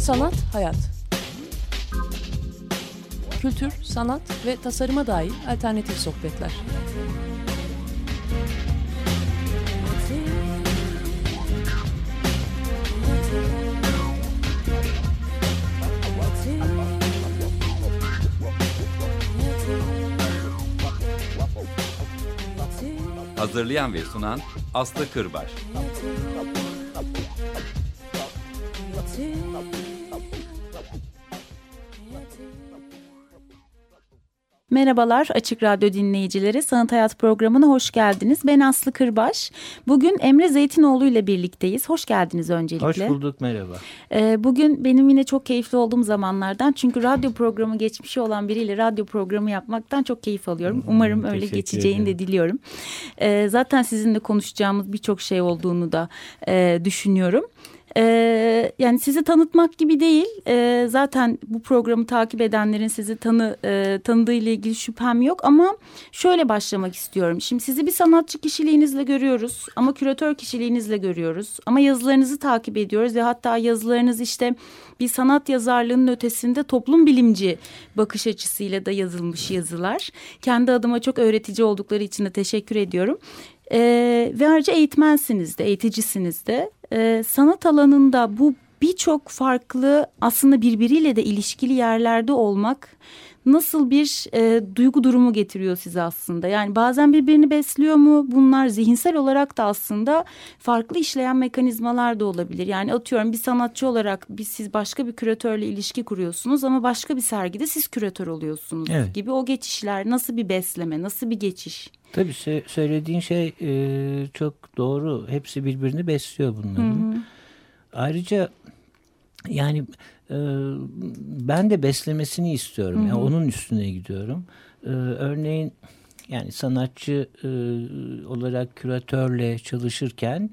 Sanat, hayat. Kültür, sanat ve tasarıma dair alternatif sohbetler. Hazırlayan ve sunan Aslı Kırbaş. Merhabalar Açık Radyo dinleyicileri, Sanat Hayat programına hoş geldiniz. Ben Aslı Kırbaş. Bugün Emre Zeytinoğlu ile birlikteyiz. Hoş geldiniz öncelikle. Hoş bulduk, merhaba. Bugün benim yine çok keyifli olduğum zamanlardan. Çünkü radyo programı geçmişi olan biriyle radyo programı yapmaktan çok keyif alıyorum. Umarım öyle geçeceğini de diliyorum. Zaten sizinle konuşacağımız birçok şey olduğunu da düşünüyorum. Yani sizi tanıtmak gibi değil. Zaten bu programı takip edenlerin sizi tanıdığı ile ilgili şüphem yok. Ama şöyle başlamak istiyorum. Şimdi sizi bir sanatçı kişiliğinizle görüyoruz. Ama küratör kişiliğinizle görüyoruz. Ama yazılarınızı takip ediyoruz. Ve hatta yazılarınız işte bir sanat yazarlığının ötesinde toplum bilimci bakış açısıyla da yazılmış yazılar. Kendi adıma çok öğretici oldukları için de teşekkür ediyorum. Ve ayrıca eğitmensiniz de, eğiticisiniz de. Sanat alanında bu birçok farklı aslında birbiriyle de ilişkili yerlerde olmak nasıl bir duygu durumu getiriyor size aslında? Yani bazen birbirini besliyor mu? Bunlar zihinsel olarak da aslında farklı işleyen mekanizmalar da olabilir. Yani atıyorum bir sanatçı olarak siz başka bir küratörle ilişki kuruyorsunuz ama başka bir sergide siz küratör oluyorsunuz gibi o geçişler nasıl bir besleme, nasıl bir geçiş? Tabii söylediğin şey çok doğru. Hepsi birbirini besliyor bunların. Hı hı. Ayrıca yani ben de beslemesini istiyorum. Hı hı. Yani onun üstüne gidiyorum. Örneğin yani sanatçı olarak küratörle çalışırken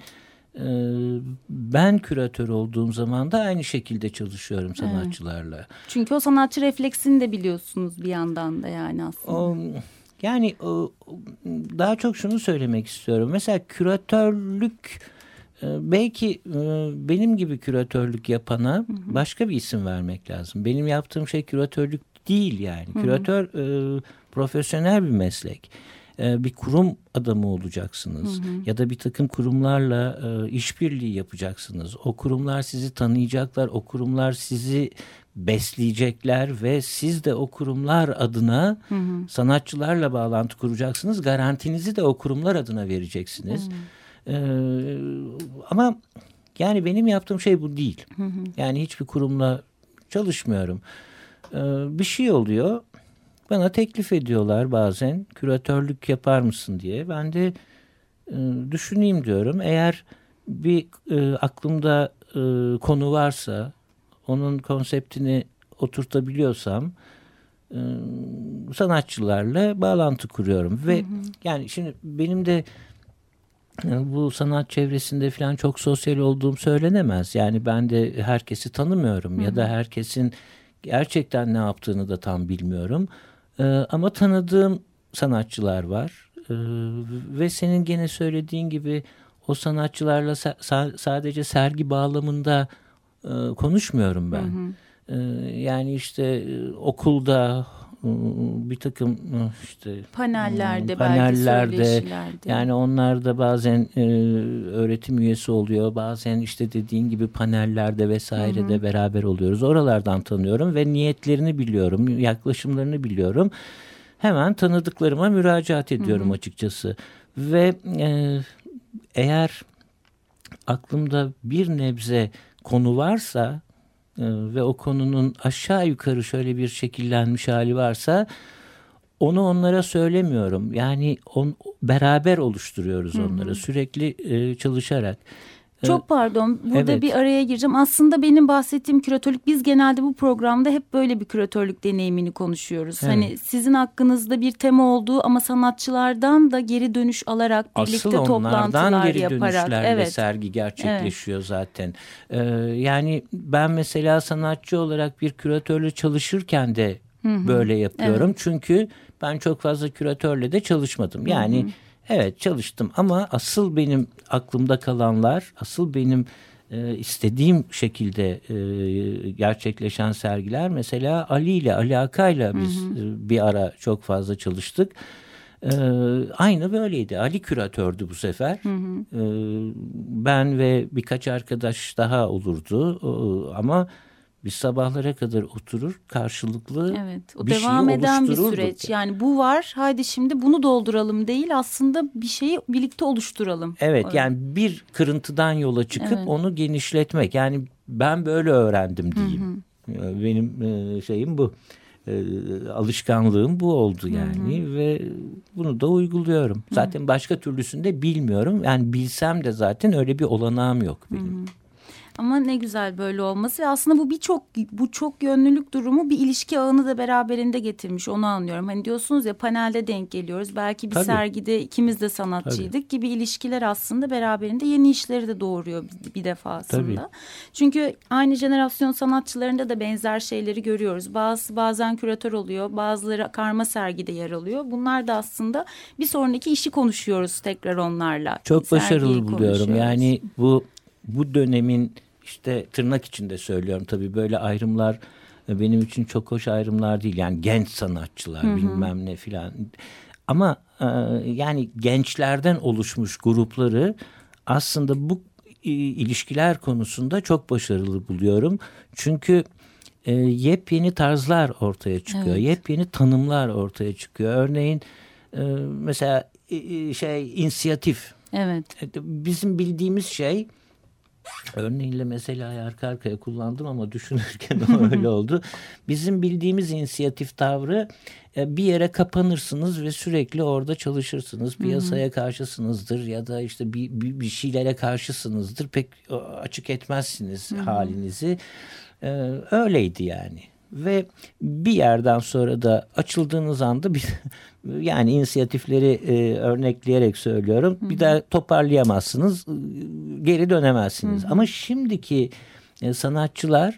ben küratör olduğum zaman da aynı şekilde çalışıyorum sanatçılarla. Evet. Çünkü o sanatçı refleksini de biliyorsunuz bir yandan da yani aslında. Yani daha çok şunu söylemek istiyorum. Mesela küratörlük belki benim gibi küratörlük yapana başka bir isim vermek lazım. Benim yaptığım şey küratörlük değil yani. Küratör profesyonel bir meslek. Bir kurum adamı olacaksınız ya da bir takım kurumlarla işbirliği yapacaksınız. O kurumlar sizi tanıyacaklar, o kurumlar sizi besleyecekler ve siz de o kurumlar adına sanatçılarla bağlantı kuracaksınız. Garantinizi de o kurumlar adına vereceksiniz. Ama yani benim yaptığım şey bu değil. Yani hiçbir kurumla çalışmıyorum. Bir şey oluyor. Bana teklif ediyorlar bazen küratörlük yapar mısın diye. Ben de düşüneyim diyorum. Eğer bir aklımda konu varsa onun konseptini oturtabiliyorsam sanatçılarla bağlantı kuruyorum. Ve yani şimdi benim de bu sanat çevresinde falan çok sosyal olduğum söylenemez. Yani ben de herkesi tanımıyorum ya da herkesin gerçekten ne yaptığını da tam bilmiyorum. Ama tanıdığım sanatçılar var ve senin gene söylediğin gibi o sanatçılarla sadece sergi bağlamında konuşmuyorum ben. Yani işte okulda bir takım işte panellerde yani onlar da bazen öğretim üyesi oluyor, bazen işte dediğin gibi panellerde vesairede beraber oluyoruz. Oralardan tanıyorum ve niyetlerini biliyorum, yaklaşımlarını biliyorum. Hemen tanıdıklarıma müracaat ediyorum açıkçası. Ve eğer aklımda bir nebze konu varsa ve o konunun aşağı yukarı şöyle bir şekillenmiş hali varsa onu onlara söylemiyorum. Yani beraber oluşturuyoruz onları sürekli çalışarak. Çok pardon, burada bir araya gireceğim. Aslında benim bahsettiğim küratörlük, biz genelde bu programda hep böyle bir küratörlük deneyimini konuşuyoruz. Evet. Hani sizin hakkınızda bir tema olduğu ama sanatçılardan da geri dönüş alarak birlikte toplantılar yaparak. Asıl onlardan geri dönüşlerle sergi gerçekleşiyor zaten. Yani ben mesela sanatçı olarak bir küratörle çalışırken de böyle yapıyorum. Evet. Çünkü ben çok fazla küratörle de çalışmadım. Yani evet çalıştım ama asıl benim aklımda kalanlar, asıl benim istediğim şekilde gerçekleşen sergiler. Mesela Ali Aka'yla biz bir ara çok fazla çalıştık. Aynı böyleydi. Ali küratördü bu sefer. Ben ve birkaç arkadaş daha olurdu. Ama biz sabahlara kadar oturur karşılıklı o bir devam şeyi eden bir oluştururduk. süreç. Yani bu var, haydi şimdi bunu dolduralım değil, aslında bir şeyi birlikte oluşturalım. Evet, yani bir kırıntıdan yola çıkıp onu genişletmek. Yani ben böyle öğrendim diyeyim. Benim şeyim bu. Alışkanlığım bu oldu yani ve bunu da uyguluyorum. Zaten başka türlüsünü de bilmiyorum. Yani bilsem de zaten öyle bir olanağım yok benim. Ama ne güzel böyle olması ve aslında bu çok yönlülük durumu bir ilişki ağını da beraberinde getirmiş, onu anlıyorum. Hani diyorsunuz ya, panelde denk geliyoruz. Belki bir sergide ikimiz de sanatçıydık gibi ilişkiler aslında beraberinde yeni işleri de doğuruyor bir defasında. Tabii. Çünkü aynı jenerasyon sanatçılarında da benzer şeyleri görüyoruz. Bazen küratör oluyor, bazıları karma sergide yer alıyor. Bunlar da aslında bir sonraki işi konuşuyoruz tekrar onlarla. Çok başarılı buluyorum. Yani bu dönemin, işte tırnak içinde söylüyorum tabii, böyle ayrımlar benim için çok hoş ayrımlar değil. Yani genç sanatçılar bilmem ne filan. Ama yani gençlerden oluşmuş grupları aslında bu ilişkiler konusunda çok başarılı buluyorum. Çünkü yepyeni tarzlar ortaya çıkıyor. Yepyeni tanımlar ortaya çıkıyor. Örneğin mesela inisiyatif. Evet. Bizim bildiğimiz şey, örneğinle mesela arka arkaya kullandım ama düşünürken öyle oldu. Bizim bildiğimiz inisiyatif tavrı, bir yere kapanırsınız ve sürekli orada çalışırsınız. Piyasaya karşısınızdır ya da işte bir şeylere karşısınızdır. Pek açık etmezsiniz halinizi. Öyleydi yani. Ve bir yerden sonra da açıldığınız anda yani inisiyatifleri örnekleyerek söylüyorum. Bir daha toparlayamazsınız, geri dönemezsiniz. Ama şimdiki sanatçılar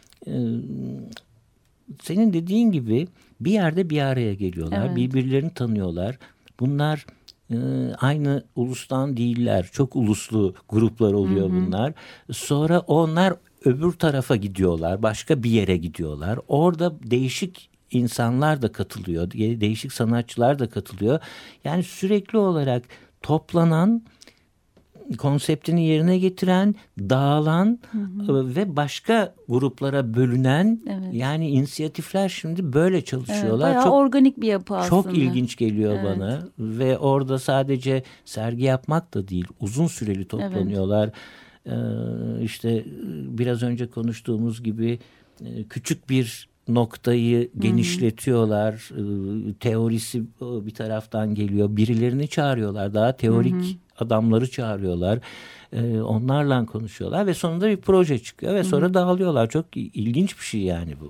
senin dediğin gibi bir yerde bir araya geliyorlar. Birbirlerini tanıyorlar. Bunlar aynı ulustan değiller. Çok uluslu gruplar oluyor bunlar. Sonra onlar öbür tarafa gidiyorlar. Başka bir yere gidiyorlar. Orada değişik insanlar da katılıyor. Değişik sanatçılar da katılıyor. Yani sürekli olarak toplanan, konseptini yerine getiren, dağılan ve başka gruplara bölünen yani inisiyatifler şimdi böyle çalışıyorlar. Bayağı çok organik bir yapı aslında. Çok ilginç geliyor bana ve orada sadece sergi yapmak da değil, uzun süreli toplanıyorlar. İşte biraz önce konuştuğumuz gibi küçük bir noktayı genişletiyorlar. Teorisi bir taraftan geliyor. Birilerini çağırıyorlar. Daha teorik adamları çağırıyorlar. Onlarla konuşuyorlar ve sonunda bir proje çıkıyor ve sonra dağılıyorlar. Çok ilginç bir şey yani bu.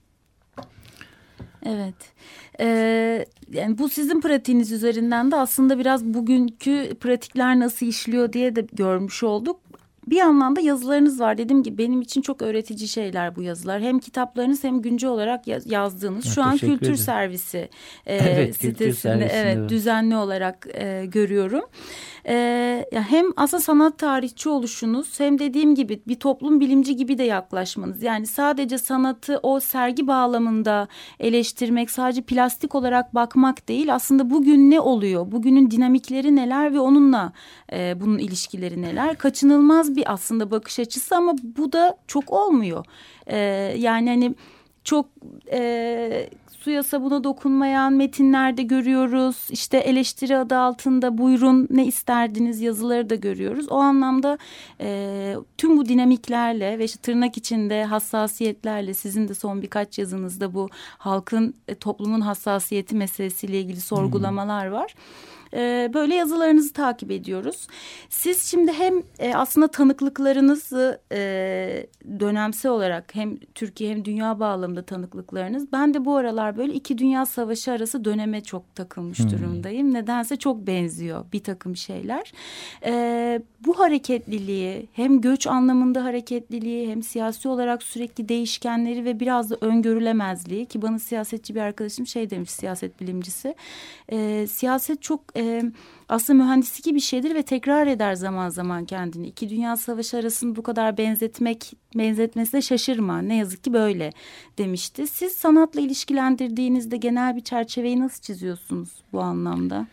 Evet. Yani bu sizin pratiğiniz üzerinden de aslında biraz bugünkü pratikler nasıl işliyor diye de görmüş olduk. Bir anlamda yazılarınız var. Dediğim gibi benim için çok öğretici şeyler bu yazılar. Hem kitaplarınız hem güncel olarak yazdığınız. Şu an Kültür Servisi sitesinde düzenli olarak görüyorum. Hem aslında sanat tarihçi oluşunuz, hem dediğim gibi bir toplum bilimci gibi de yaklaşmanız. Yani sadece sanatı o sergi bağlamında eleştirmek, sadece plastik olarak bakmak değil. Aslında bugün ne oluyor? Bugünün dinamikleri neler ve onunla bunun ilişkileri neler? Kaçınılmaz bir aslında bakış açısı ama bu da çok olmuyor. Yani hani çok suya sabuna dokunmayan metinlerde görüyoruz. İşte eleştiri adı altında buyurun ne isterdiniz yazıları da görüyoruz. O anlamda tüm bu dinamiklerle ve işte tırnak içinde hassasiyetlerle, sizin de son birkaç yazınızda bu halkın, toplumun hassasiyeti meselesiyle ilgili sorgulamalar var. Böyle yazılarınızı takip ediyoruz. Siz şimdi hem aslında tanıklıklarınızı dönemsel olarak hem Türkiye hem dünya bağlamında tanıklıklarınız. Ben de bu aralar böyle 2 Dünya Savaşı arası döneme çok takılmış durumdayım. Nedense çok benziyor bir takım şeyler. Bu hareketliliği, hem göç anlamında hareketliliği, hem siyasi olarak sürekli değişkenleri ve biraz da öngörülemezliği, ki bana siyasetçi bir arkadaşım şey demiş, siyaset bilimcisi. Siyaset çok aslında mühendislik bir şeydir ve tekrar eder zaman zaman kendini. İki Dünya Savaşı arasını bu kadar benzetmesine şaşırma. Ne yazık ki böyle demişti. Siz sanatla ilişkilendirdiğinizde genel bir çerçeveyi nasıl çiziyorsunuz bu anlamda?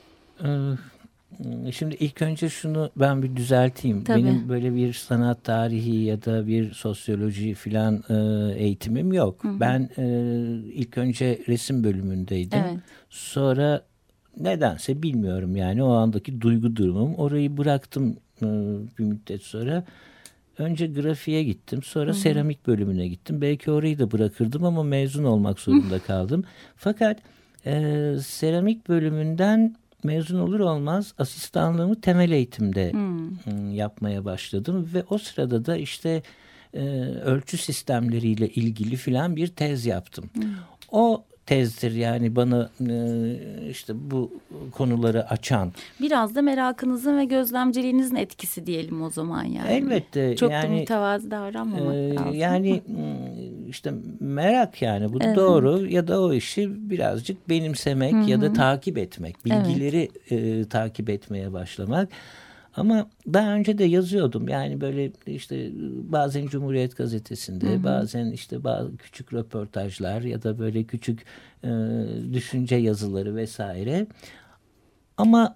Şimdi ilk önce şunu ben bir düzelteyim. Tabii. Benim böyle bir sanat tarihi ya da bir sosyoloji filan eğitimim yok. Ben ilk önce resim bölümündeydim. Evet. Sonra nedense bilmiyorum yani o andaki duygu durumum. Orayı bıraktım bir müddet sonra. Önce grafiğe gittim. Sonra seramik bölümüne gittim. Belki orayı da bırakırdım ama mezun olmak zorunda kaldım. Fakat seramik bölümünden mezun olur olmaz asistanlığımı temel eğitimde yapmaya başladım. Ve o sırada da işte ölçü sistemleriyle ilgili filan bir tez yaptım. O tezdir yani bana işte bu konuları açan. Biraz da merakınızın ve gözlemciliğinizin etkisi diyelim o zaman yani. Elbette. Çok yani, da mütevazı davranmamak lazım. Yani işte merak yani bu doğru ya da o işi birazcık benimsemek ya da takip etmek. Bilgileri takip etmeye başlamak. Ama daha önce de yazıyordum. Yani böyle işte bazen Cumhuriyet Gazetesi'nde, bazen işte bazı küçük röportajlar ya da böyle küçük düşünce yazıları vesaire. Ama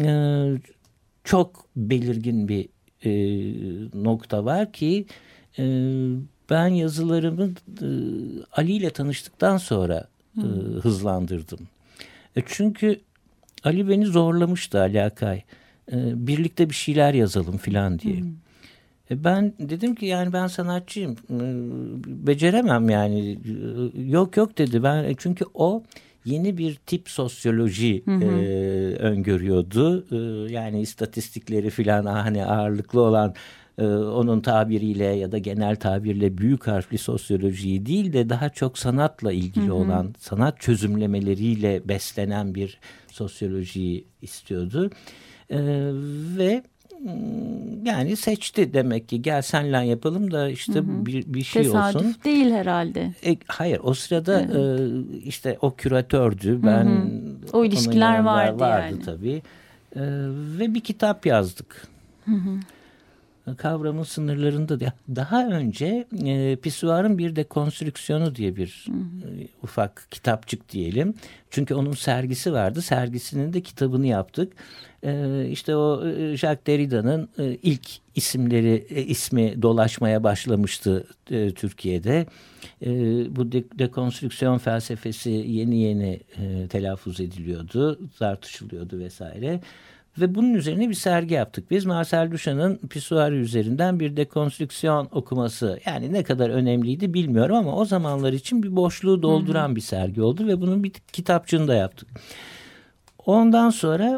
çok belirgin bir nokta var ki ben yazılarımı Ali ile tanıştıktan sonra hızlandırdım. Çünkü Ali beni zorlamıştı, Ali Akay. Birlikte bir şeyler yazalım filan diye. Ben dedim ki yani ben sanatçıyım. Beceremem yani. Yok dedi. Ben çünkü o yeni bir tip sosyoloji öngörüyordu. Yani istatistikleri filan hani ağırlıklı olan onun tabiriyle ya da genel tabirle büyük harfli sosyolojiyi değil de daha çok sanatla ilgili olan, sanat çözümlemeleriyle beslenen bir sosyolojiyi istiyordu. Ve yani seçti demek ki gel senle yapalım da işte bir şey tesadüf olsun. Tesadüf değil herhalde. Hayır o sırada işte o küratördü. Ben o ilişkiler vardı yani. Tabii. Ve bir kitap yazdık. Kavramın sınırlarında daha önce Pisuar'ın bir dekonstrüksiyonu diye bir ufak kitapçık diyelim. Çünkü onun sergisi vardı. Sergisinin de kitabını yaptık. İşte o Jacques Derrida'nın ilk ismi dolaşmaya başlamıştı Türkiye'de. Bu dekonstrüksiyon felsefesi yeni telaffuz ediliyordu, tartışılıyordu vesaire. Ve bunun üzerine bir sergi yaptık. Biz Marcel Duchamp'ın Pisuar üzerinden bir dekonstrüksiyon okuması. Yani ne kadar önemliydi bilmiyorum ama o zamanlar için bir boşluğu dolduran bir sergi oldu. Ve bunun bir kitapçığını da yaptık. Ondan sonra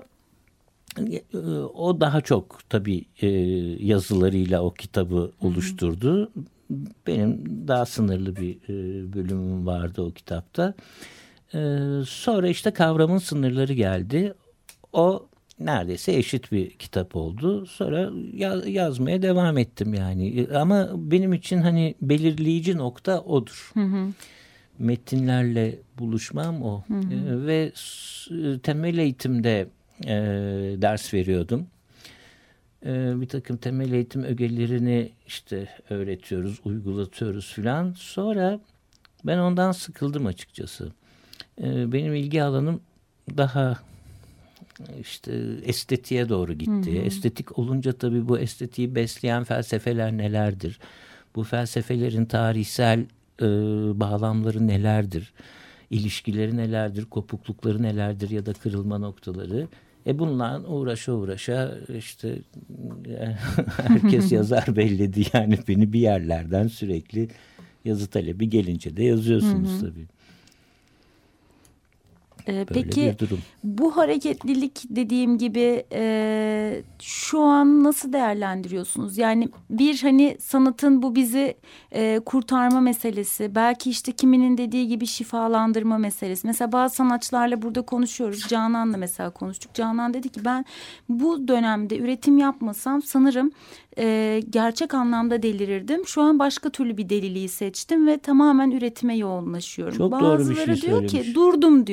o daha çok tabii yazılarıyla o kitabı oluşturdu. Benim daha sınırlı bir bölümüm vardı o kitapta. Sonra işte kavramın sınırları geldi. O neredeyse eşit bir kitap oldu. Sonra yazmaya devam ettim yani. Ama benim için hani belirleyici nokta odur. Metinlerle buluşmam o. Ve temel eğitimde ders veriyordum. Bir takım temel eğitim ögelerini işte öğretiyoruz, uygulatıyoruz filan. Sonra ben ondan sıkıldım açıkçası. Benim ilgi alanım daha işte estetiğe doğru gitti. Estetik olunca tabii bu estetiği besleyen felsefeler nelerdir? Bu felsefelerin tarihsel bağlamları nelerdir? İlişkileri nelerdir? Kopuklukları nelerdir ya da kırılma noktaları? Bununla uğraşa işte herkes yazar belledi yani beni bir yerlerden sürekli yazı talebi gelince de yazıyorsunuz tabii. Peki bu hareketlilik dediğim gibi şu an nasıl değerlendiriyorsunuz? Yani bir hani sanatın bu bizi kurtarma meselesi, belki işte kiminin dediği gibi şifalandırma meselesi. Mesela bazı sanatçılarla burada konuşuyoruz. Canan'la mesela konuştuk. Canan dedi ki ben bu dönemde üretim yapmasam sanırım gerçek anlamda delirirdim. Şu an başka türlü bir deliliği seçtim ve tamamen üretime yoğunlaşıyorum. Çok bazıları doğru bir şey diyor söylemiş. ki durdum diyor mesela.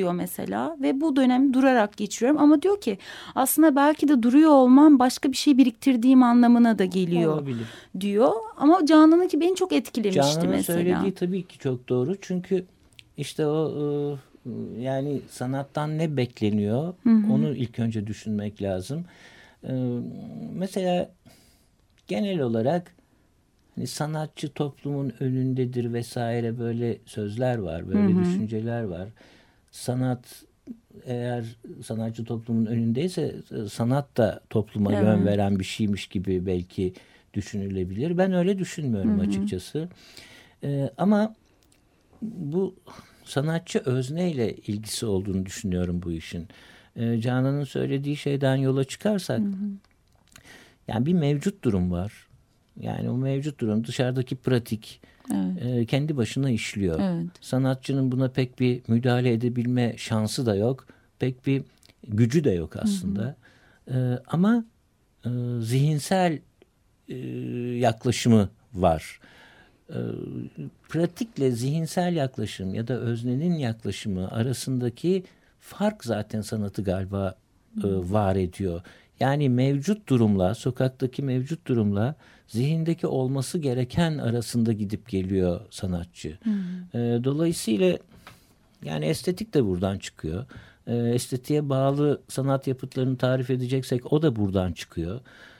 mesela ve bu dönemi durarak geçiriyorum. Ama diyor ki aslında belki de duruyor olmam başka bir şey biriktirdiğim anlamına da geliyor. Olabilir. Diyor. Ama Canan'ınki beni çok etkilemişti Canan'ın mesela. söylediği tabii ki çok doğru. Çünkü işte yani sanattan ne bekleniyor, onu ilk önce düşünmek lazım. Mesela genel olarak hani sanatçı toplumun önündedir vesaire, böyle sözler var, böyle düşünceler var. Sanat, eğer sanatçı toplumun önündeyse sanat da topluma yön veren bir şeymiş gibi belki düşünülebilir. Ben öyle düşünmüyorum açıkçası. Ama bu sanatçı özneyle ilgisi olduğunu düşünüyorum bu işin. Canan'ın söylediği şeyden yola çıkarsak, yani bir mevcut durum var. Yani o mevcut durum, dışarıdaki pratik kendi başına işliyor. Evet. Sanatçının buna pek bir müdahale edebilme şansı da yok. Pek bir gücü de yok aslında. Ama zihinsel yaklaşımı var. Pratikle zihinsel yaklaşım ya da öznenin yaklaşımı arasındaki fark zaten sanatı galiba var ediyor. Yani mevcut durumla, sokaktaki mevcut durumla zihindeki olması gereken arasında gidip geliyor sanatçı. Dolayısıyla yani estetik de buradan çıkıyor. Estetiğe bağlı sanat yapıtlarını tarif edeceksek o da buradan çıkıyor.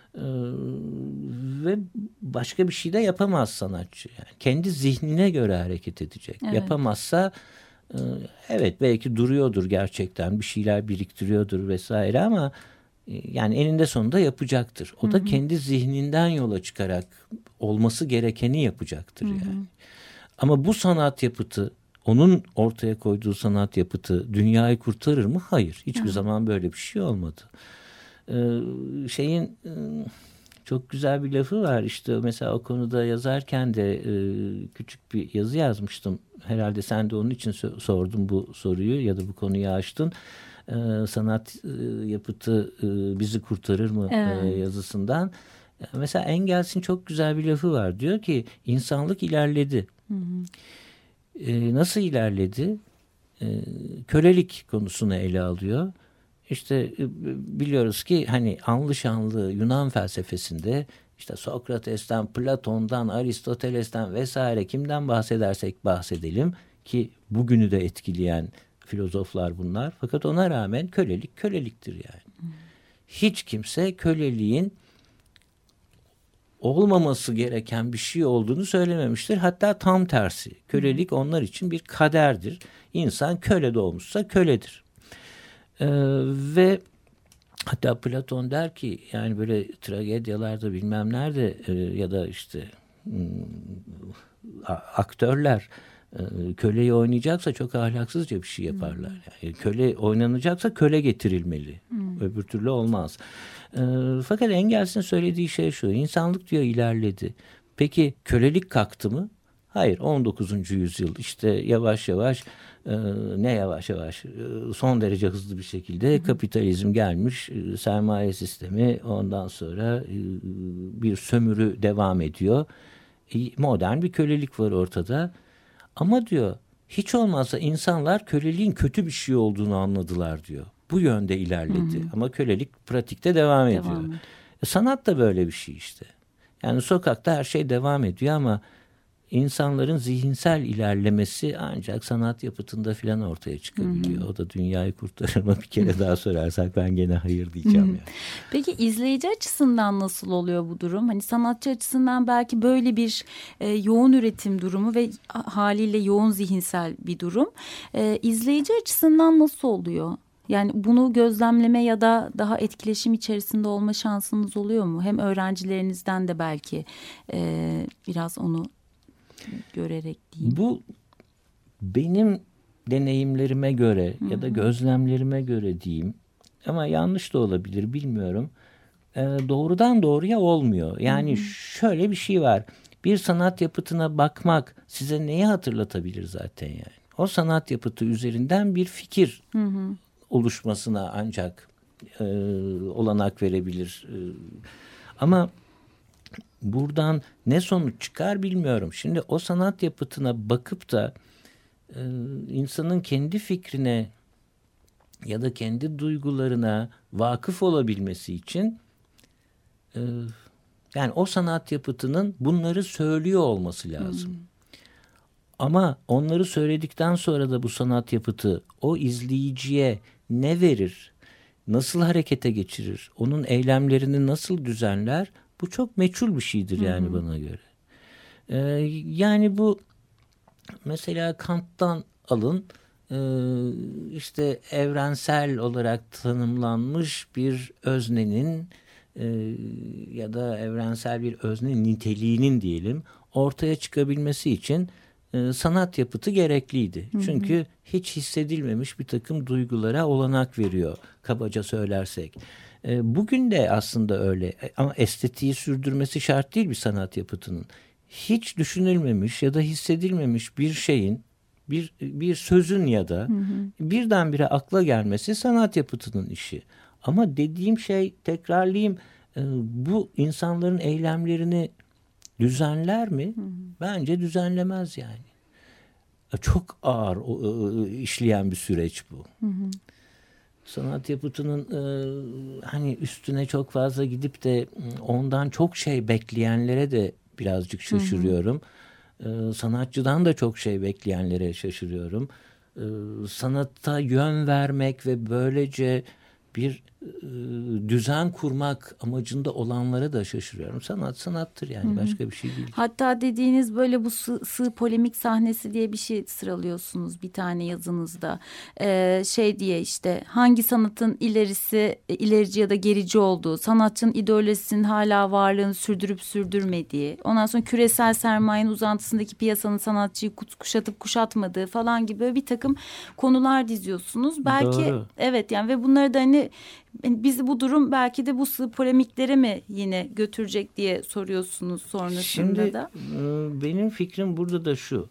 Ve başka bir şey de yapamaz sanatçı. Yani kendi zihnine göre hareket edecek. Evet. Yapamazsa evet belki duruyordur gerçekten, bir şeyler biriktiriyordur vesaire, ama yani eninde sonunda yapacaktır. O da kendi zihninden yola çıkarak olması gerekeni yapacaktır yani. Ama bu sanat yapıtı, onun ortaya koyduğu sanat yapıtı dünyayı kurtarır mı? Hayır. Hiçbir zaman böyle bir şey olmadı. Çok güzel bir lafı var işte, mesela o konuda yazarken de küçük bir yazı yazmıştım. Herhalde sen de onun için sordun bu soruyu ya da bu konuyu açtın. Sanat yapıtı bizi kurtarır mı yazısından. Mesela Engels'in çok güzel bir lafı var. Diyor ki insanlık ilerledi. Nasıl ilerledi? Kölelik konusunu ele alıyor. İşte biliyoruz ki hani anlı şanlı Yunan felsefesinde işte Sokrates'ten, Platon'dan, Aristoteles'ten vesaire kimden bahsedersek bahsedelim ki bugünü de etkileyen filozoflar bunlar. Fakat ona rağmen kölelik köleliktir yani. Hiç kimse köleliğin olmaması gereken bir şey olduğunu söylememiştir. Hatta tam tersi. Kölelik onlar için bir kaderdir. İnsan köle doğmuşsa köledir. Ve hatta Platon der ki yani böyle tragedyalarda bilmem nerede ya da işte aktörler köleyi oynayacaksa çok ahlaksızca bir şey yaparlar. Yani köle oynanacaksa köle getirilmeli. Öbür türlü olmaz. Fakat Engels'in söylediği şey şu: insanlık diyor ilerledi. Peki kölelik kalktı mı? Hayır. 19. yüzyıl işte yavaş yavaş son derece hızlı bir şekilde kapitalizm gelmiş, sermaye sistemi, ondan sonra bir sömürü devam ediyor. Modern bir kölelik var ortada. Ama diyor hiç olmazsa insanlar köleliğin kötü bir şey olduğunu anladılar diyor. Bu yönde ilerledi. Ama kölelik pratikte devam ediyor. Sanat da böyle bir şey işte. Yani sokakta her şey devam ediyor ama insanların zihinsel ilerlemesi ancak sanat yapıtında filan ortaya çıkabiliyor. O da dünyayı kurtarır mı bir kere daha sorarsak ben gene hayır diyeceğim. Yani. Peki izleyici açısından nasıl oluyor bu durum? Hani sanatçı açısından belki böyle bir yoğun üretim durumu ve haliyle yoğun zihinsel bir durum. İzleyici açısından nasıl oluyor? Yani bunu gözlemleme ya da daha etkileşim içerisinde olma şansınız oluyor mu? Hem öğrencilerinizden de belki biraz onu görerek diyeyim. Bu benim deneyimlerime göre ya da gözlemlerime göre diyeyim, ama yanlış da olabilir bilmiyorum. Doğrudan doğruya olmuyor. Yani şöyle bir şey var. Bir sanat yapıtına bakmak size neyi hatırlatabilir zaten yani? O sanat yapıtı üzerinden bir fikir oluşmasına ancak olanak verebilir. Ama buradan ne sonuç çıkar bilmiyorum. Şimdi o sanat yapıtına bakıp da insanın kendi fikrine ya da kendi duygularına vakıf olabilmesi için yani o sanat yapıtının bunları söylüyor olması lazım. Ama onları söyledikten sonra da bu sanat yapıtı o izleyiciye ne verir, nasıl harekete geçirir, onun eylemlerini nasıl düzenler, bu çok meçhul bir şeydir yani bana göre. Yani bu mesela Kant'tan alın, işte evrensel olarak tanımlanmış bir öznenin ya da evrensel bir özne niteliğinin diyelim ortaya çıkabilmesi için sanat yapıtı gerekliydi. Çünkü hiç hissedilmemiş bir takım duygulara olanak veriyor, kabaca söylersek. Bugün de aslında öyle, ama estetiği sürdürmesi şart değil bir sanat yapıtının. Hiç düşünülmemiş ya da hissedilmemiş bir şeyin, bir sözün ya da birdenbire akla gelmesi sanat yapıtının işi. Ama dediğim şey, tekrarlayayım, bu insanların eylemlerini düzenler mi? Bence düzenlemez yani. Çok ağır işleyen bir süreç bu. Sanat yapıtının hani üstüne çok fazla gidip de ondan çok şey bekleyenlere de birazcık şaşırıyorum. Sanatçıdan da çok şey bekleyenlere şaşırıyorum. Sanata yön vermek ve böylece bir düzen kurmak amacında olanlara da şaşırıyorum. Sanat sanattır yani, başka bir şey değil. Hatta dediğiniz böyle bu sığ polemik sahnesi diye bir şey sıralıyorsunuz bir tane yazınızda. Şey diye işte, hangi sanatın ilerici ya da gerici olduğu, sanatçının ideolojisinin hala varlığını sürdürüp sürdürmediği, ondan sonra küresel sermayenin uzantısındaki piyasanın sanatçıyı kuşatıp kuşatmadığı falan gibi bir takım konular diziyorsunuz. Belki Doğru. evet yani, ve bunları da hani bizi bu durum belki de bu polemiklere mi yine götürecek diye soruyorsunuz sonrasında. Şimdi, da. Benim fikrim burada da şu.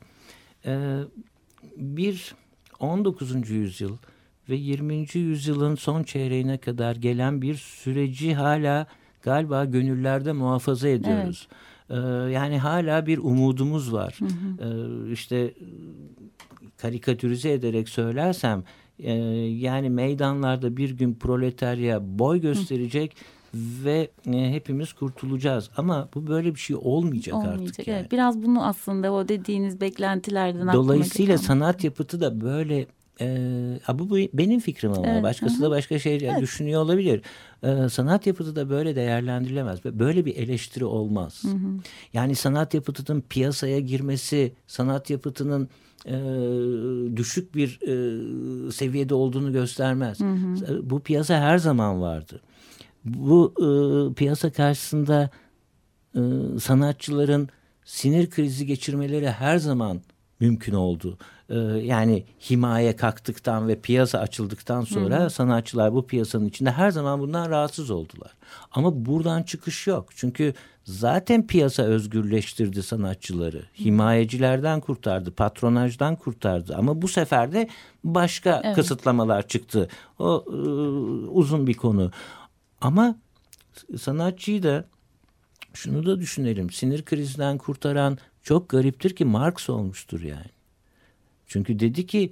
Bir 19. yüzyıl ve 20. yüzyılın son çeyreğine kadar gelen bir süreci hala galiba gönüllerde muhafaza ediyoruz. Evet. Yani hala bir umudumuz var. İşte karikatürize ederek söylersem, yani meydanlarda bir gün proletarya boy gösterecek ve hepimiz kurtulacağız. Ama bu böyle bir şey olmayacak artık. Yani. Evet, biraz bunu aslında o dediğiniz beklentilerden dolayısıyla sanat yapıtı da böyle, bu benim fikrim ama evet, başkası da başka şey düşünüyor olabilir. Sanat yapıtı da böyle değerlendirilemez. Böyle bir eleştiri olmaz. Yani sanat yapıtının piyasaya girmesi, sanat yapıtının düşük bir seviyede olduğunu göstermez. Bu piyasa her zaman vardı. Bu piyasa karşısında sanatçıların sinir krizi geçirmeleri her zaman mümkün oldu. Yani himaye kalktıktan ve piyasa açıldıktan sonra sanatçılar bu piyasanın içinde her zaman bundan rahatsız oldular. Ama buradan çıkış yok. Çünkü zaten piyasa özgürleştirdi sanatçıları. Himayecilerden kurtardı, patronajdan kurtardı. Ama bu sefer de başka kısıtlamalar çıktı. O uzun bir konu. Ama sanatçıyı da şunu da düşünelim. Sinir krizinden kurtaran çok gariptir ki Marx olmuştur yani. Çünkü dedi ki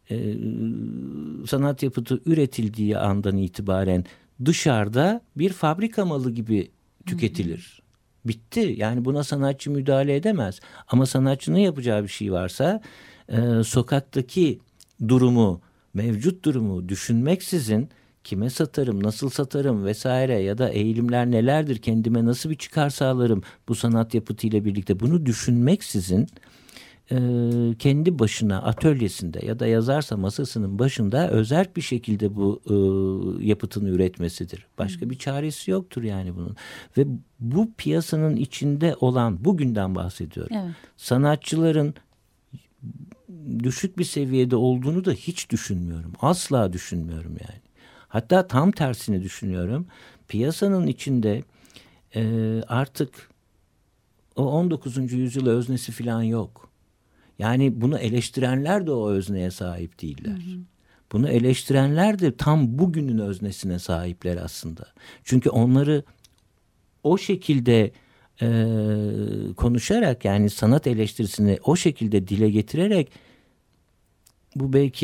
sanat yapıtı üretildiği andan itibaren dışarıda bir fabrika malı gibi tüketilir. Bitti. Yani buna sanatçı müdahale edemez. Ama sanatçının yapacağı bir şey varsa sokaktaki durumu, mevcut durumu düşünmeksizin kime satarım, nasıl satarım vesaire ya da eğilimler nelerdir, kendime nasıl bir çıkar sağlarım bu sanat yapıtıyla birlikte, bunu düşünmeksizin kendi başına atölyesinde ya da yazarsa masasının başında özerk bir şekilde bu yapıtını üretmesidir. Başka bir çaresi yoktur yani bunun. Ve bu piyasanın içinde olan, bugünden bahsediyorum. Evet. Sanatçıların düşük bir seviyede olduğunu da hiç düşünmüyorum. Asla düşünmüyorum yani. Hatta tam tersini düşünüyorum. Piyasanın içinde artık o 19. yüzyıl öznesi falan yok. Yani bunu eleştirenler de o özneye sahip değiller. Bunu eleştirenler de tam bugünün öznesine sahipler aslında. Çünkü onları o şekilde konuşarak, yani sanat eleştirisini o şekilde dile getirerek, bu belki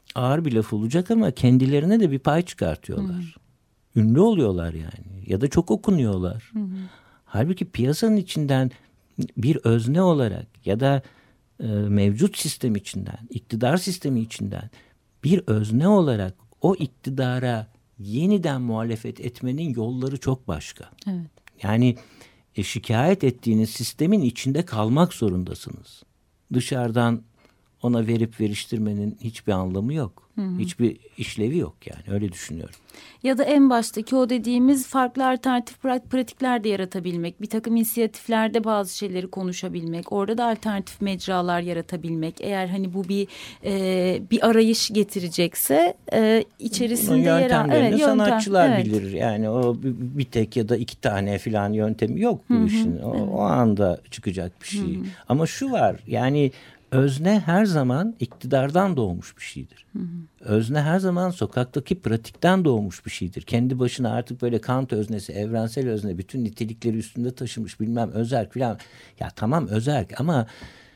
ağır bir laf olacak ama kendilerine de bir pay çıkartıyorlar. Ünlü oluyorlar yani ya da çok okunuyorlar. Halbuki piyasanın içinden bir özne olarak ya da mevcut sistem içinden, iktidar sistemi içinden bir özne olarak o iktidara yeniden muhalefet etmenin yolları çok başka. Evet. Yani şikayet ettiğiniz sistemin içinde kalmak zorundasınız. Dışarıdan ona verip veriştirmenin hiçbir anlamı yok. Hiçbir işlevi yok yani, öyle düşünüyorum. Ya da en baştaki o dediğimiz farklı alternatif pratikler de yaratabilmek. Bir takım inisiyatiflerde bazı şeyleri konuşabilmek. Orada da alternatif mecralar yaratabilmek. Eğer hani bu bir arayış getirecekse içerisinde yöntemlerini sanatçılar bilir. Yani o bir tek ya da iki tane falan yöntemi yok bu işin. O anda çıkacak bir şey. Ama şu var yani, özne her zaman iktidardan doğmuş bir şeydir. Özne her zaman sokaktaki pratikten doğmuş bir şeydir. Kendi başına artık böyle Kant öznesi, evrensel özne, bütün nitelikleri üstünde taşımış, bilmem özerk falan. Ya tamam özerk ama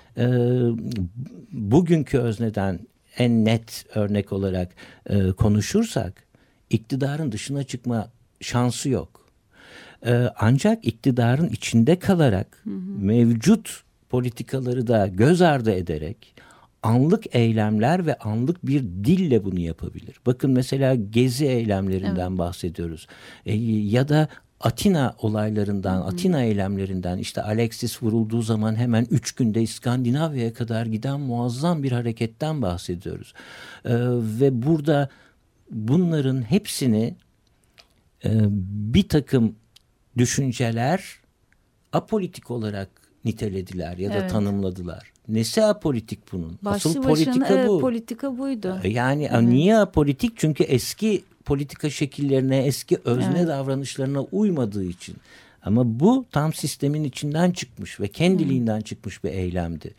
bugünkü özneden en net örnek olarak konuşursak iktidarın dışına çıkma şansı yok. Ancak iktidarın içinde kalarak mevcut politikaları da göz ardı ederek anlık eylemler ve anlık bir dille bunu yapabilir. Bakın mesela Gezi eylemlerinden bahsediyoruz. Ya da Atina olaylarından, Atina eylemlerinden, işte Alexis vurulduğu zaman hemen 3 günde İskandinavya'ya kadar giden muazzam bir hareketten bahsediyoruz. Ve burada bunların hepsini bir takım düşünceler apolitik olarak nitelediler ya da tanımladılar. Nesi apolitik bunun? Asıl politika bu. Politika buydu. Yani niye apolitik? Çünkü eski politika şekillerine, eski özne davranışlarına uymadığı için. Ama bu tam sistemin içinden çıkmış ve kendiliğinden çıkmış bir eylemdi.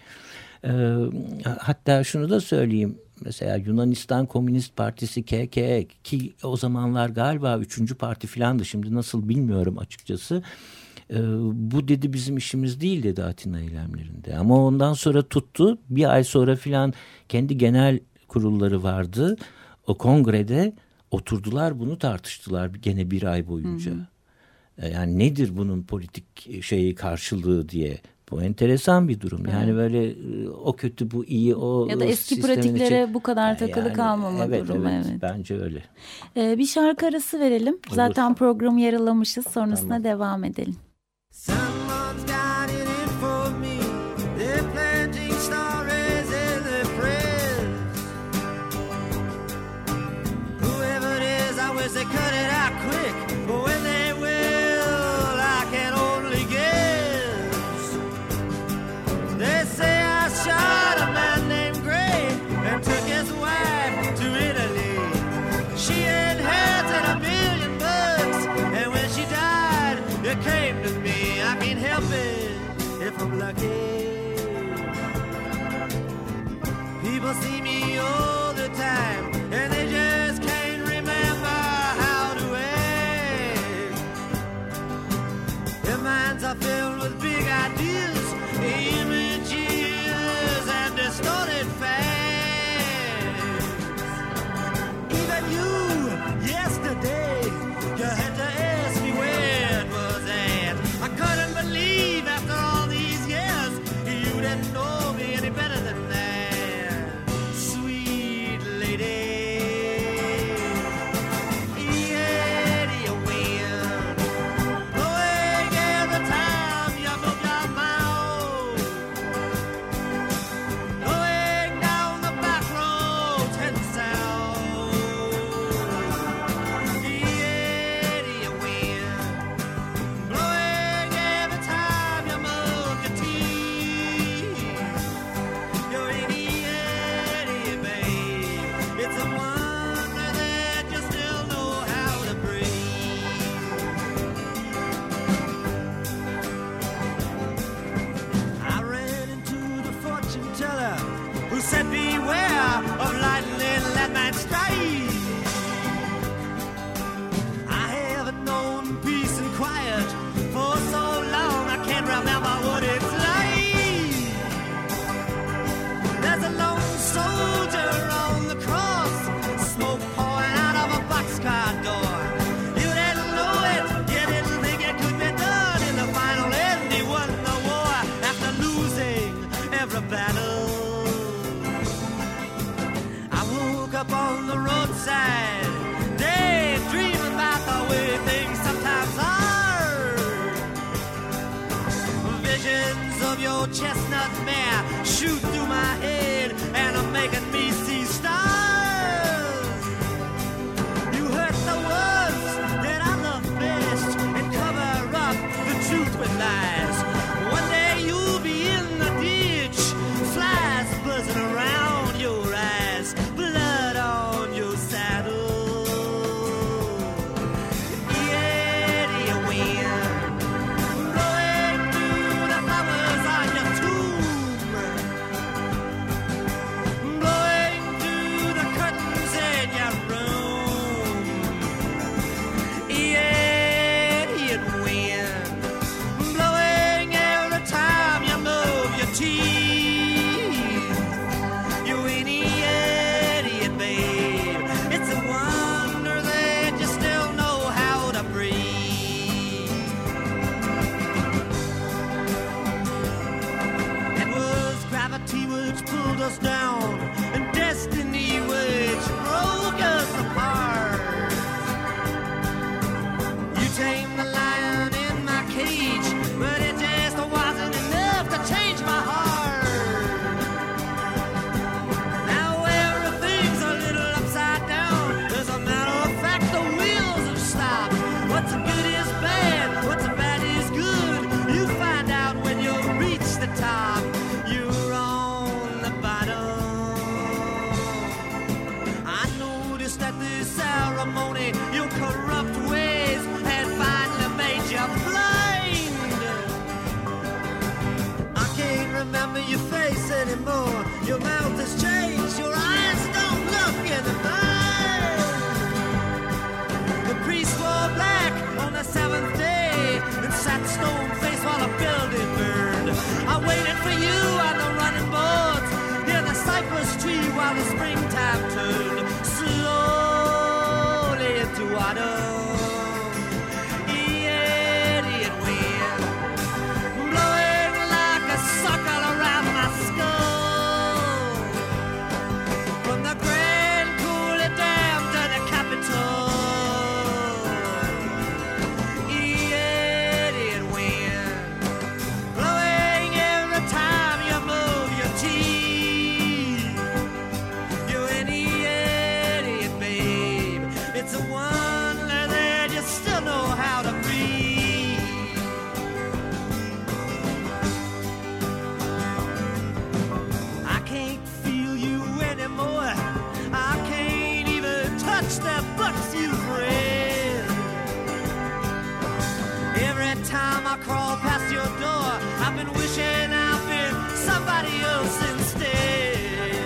Hatta şunu da söyleyeyim. Mesela Yunanistan Komünist Partisi KKK, ki o zamanlar galiba 3. parti falandı, şimdi nasıl bilmiyorum açıkçası. Bu dedi bizim işimiz değil dedi Atina eylemlerinde. Ama ondan sonra tuttu, bir ay sonra filan kendi genel kurulları vardı. O kongrede oturdular, bunu tartıştılar gene bir ay boyunca. Yani nedir bunun politik karşılığı diye. Bu enteresan bir durum. Yani böyle o kötü bu iyi, o ya da eski pratiklere bu kadar takılı kalmama durumu. Evet, bence öyle. Bir şarkı arası verelim. Olur. Zaten programı yaralamışız. Sonrasına devam edelim. Someone's got it in for me. They're planting stars in the press. Whoever it is, I wish they cut it out quick. But when they will, I can only guess. They say I shot a man named Gray and took his wife to Italy. She inherited $1 million, and when she died, it came to me. I can't help it if I'm lucky. People see me all the time, and they just can't remember how to act. Their minds are filled with big ideas, images, and distorted facts. Even you, yesterday, you had to ask me where it was at. I couldn't believe after all these years you didn't know me any better than that, sweet lady. Eddie wind, blowing every time you move your mouth, going down the back roads heading south. Eddie wind, blowing every time you move your teeth. You're an Eddie, babe. It's a wonder that you still know how to breathe. I ran into the fortune teller who said, beware of lightning, let man strike. I haven't known peace and quiet for so long, I can't remember what it's like. There's a lone soldier on the cross winds of your chestnut mare shoot through my head and are making me see stars. You hurt the ones that I love best and cover up the truth with lies. One day you'll be in the ditch, flies buzzing around your eyes, blood on your saddle. Eddie wind blowing through the flowers on your tomb, blowing through the curtains in your room. Eddie wind blowing every time you move your teeth. You ain't idiot, babe. It's a wonder that you still know how to breathe. It was gravity which pulled us down, and destiny which broke us apart. You tamed the lion in my cage, but it just wasn't enough to change my heart. Now everything's a little upside down. As a matter of fact, the wheels have stopped. What's good is bad, what's bad is good. You find out when you reach the top. You're on the bottom. I noticed at this ceremony your corrupt ways had finally made you blind. I can't remember your face anymore. Your mouth has changed, your eyes don't look anymore. The priest wore black on the seventh day and sat stone faced while the building burned. I waited for you on the running boards near the cypress tree while the springtime turned slowly into autumn. Idiot wind blowing like a circle around my skull, from the Grand Coulee Dam to the Capitol. Idiot wind blowing every time you move your teeth. You're an idiot, babe. It's a wonder that you still know how to breathe. I can't feel you anymore. I can't even touch the books you've read. Every time I crawl past your door, I've been wishing I've been somebody else instead.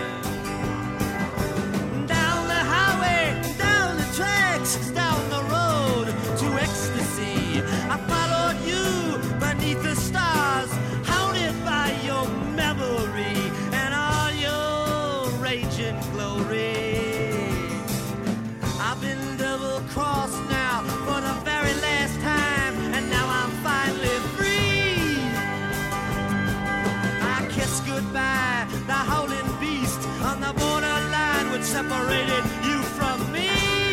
Down the highway, down the tracks, down the road to ecstasy. I followed you beneath the stars, haunted by your memory and all your raging glory. I've been double-crossed now for the very last time, and now I'm finally free. I kiss goodbye the howling beast on the borderline which separated you from me.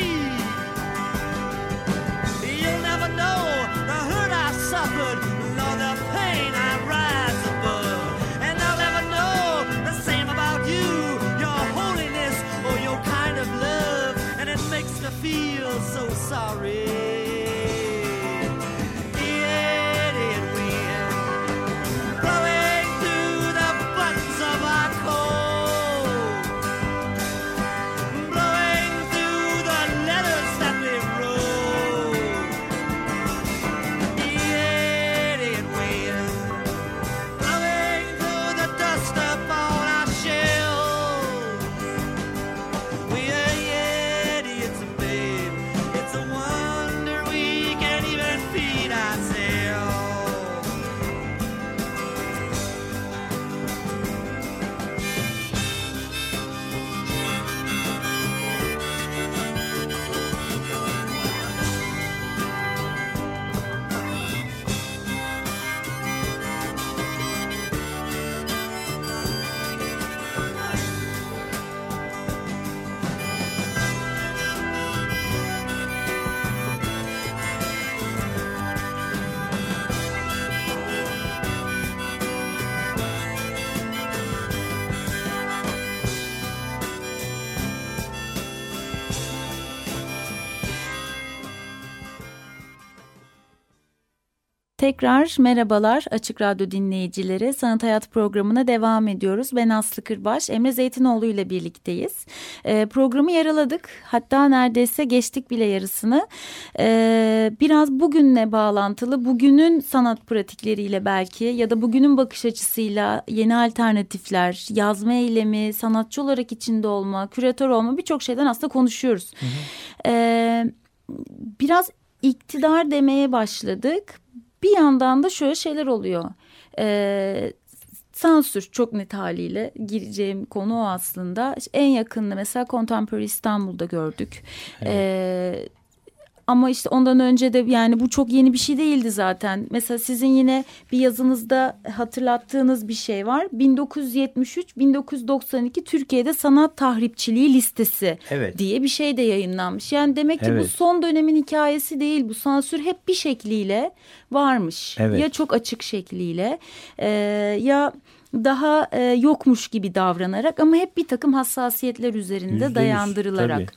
You'll never know the hurt I suffered, nor the pain I rise above. And I'll never know the same about you, your holiness or your kind of love. And it makes me feel so sorry. Idiot wind blowing through the buttons of our coat, blowing Tekrar merhabalar Açık Radyo dinleyicileri. Sanat Hayat programına devam ediyoruz. Ben Aslı Kırbaş, Emre Zeytinoğlu ile birlikteyiz. Programı yaraladık. Hatta neredeyse geçtik bile yarısını. Biraz bugünle bağlantılı, bugünün sanat pratikleriyle belki ya da bugünün bakış açısıyla yeni alternatifler, yazma eylemi, sanatçı olarak içinde olma, küratör olma, birçok şeyden aslında konuşuyoruz. Biraz iktidar demeye başladık. Bir yandan da şöyle şeyler oluyor. Sansür çok net haliyle gireceğim konu o aslında. En yakında mesela Contemporary İstanbul'da gördük. Evet. Ama işte ondan önce de yani bu çok yeni bir şey değildi zaten. Mesela sizin yine bir yazınızda hatırlattığınız bir şey var. 1973-1992 Türkiye'de sanat tahripçiliği listesi diye bir şey de yayınlanmış. Yani demek ki bu son dönemin hikayesi değil. Bu sansür hep bir şekliyle varmış. Evet. Ya çok açık şekliyle ya daha yokmuş gibi davranarak ama hep bir takım hassasiyetler üzerinde %100, dayandırılarak.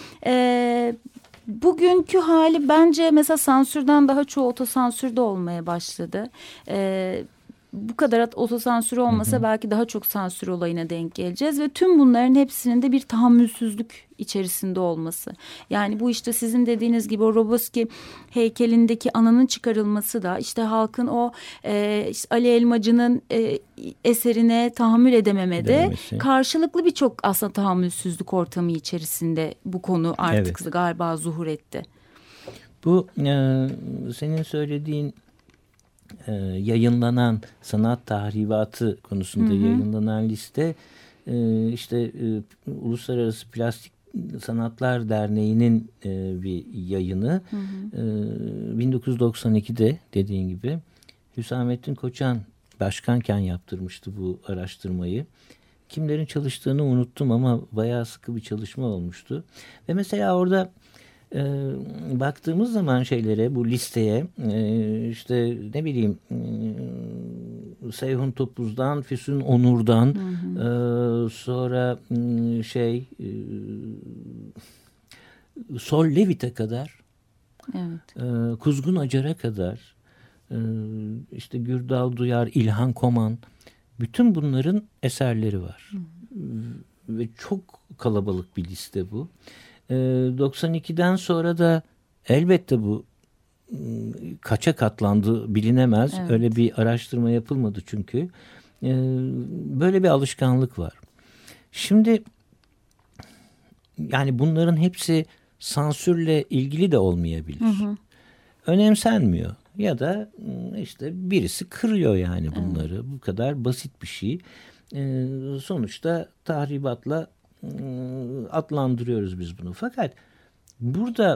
Bugünkü hali bence mesela sansürden daha çoğu otosansür de olmaya başladı. Bu kadar otosansür olmasa belki daha çok sansür olayına denk geleceğiz ve tüm bunların hepsinin de bir tahammülsüzlük içerisinde olması. Yani bu işte sizin dediğiniz gibi o Roboski heykelindeki ananın çıkarılması da işte halkın o işte Ali Elmacı'nın eserine tahammül edememede karşılıklı birçok aslında tahammülsüzlük ortamı içerisinde bu konu artık galiba zuhur etti. Bu senin söylediğin yayınlanan sanat tahribatı konusunda yayınlanan liste işte Uluslararası Plastik Sanatlar Derneği'nin bir yayını. 1992'de dediğin gibi Hüsamettin Koçan başkanken yaptırmıştı bu araştırmayı. Kimlerin çalıştığını unuttum ama bayağı sıkı bir çalışma olmuştu. Ve mesela orada baktığımız zaman şeylere, bu listeye işte ne bileyim Seyhun Topuz'dan, Füsun Onur'dan sonra Sol Levit'e kadar Kuzgun Acar'a kadar işte Gürdal Duyar, İlhan Koman, bütün bunların eserleri var. Ve çok kalabalık bir liste bu. 92'den sonra da elbette bu kaça katlandı bilinemez. Öyle bir araştırma yapılmadı çünkü. Böyle bir alışkanlık var. Şimdi yani bunların hepsi sansürle ilgili de olmayabilir. Önemsenmiyor. Ya da işte birisi kırıyor yani bunları. Bu kadar basit bir şey. Sonuçta tahribatla adlandırıyoruz biz bunu. Fakat burada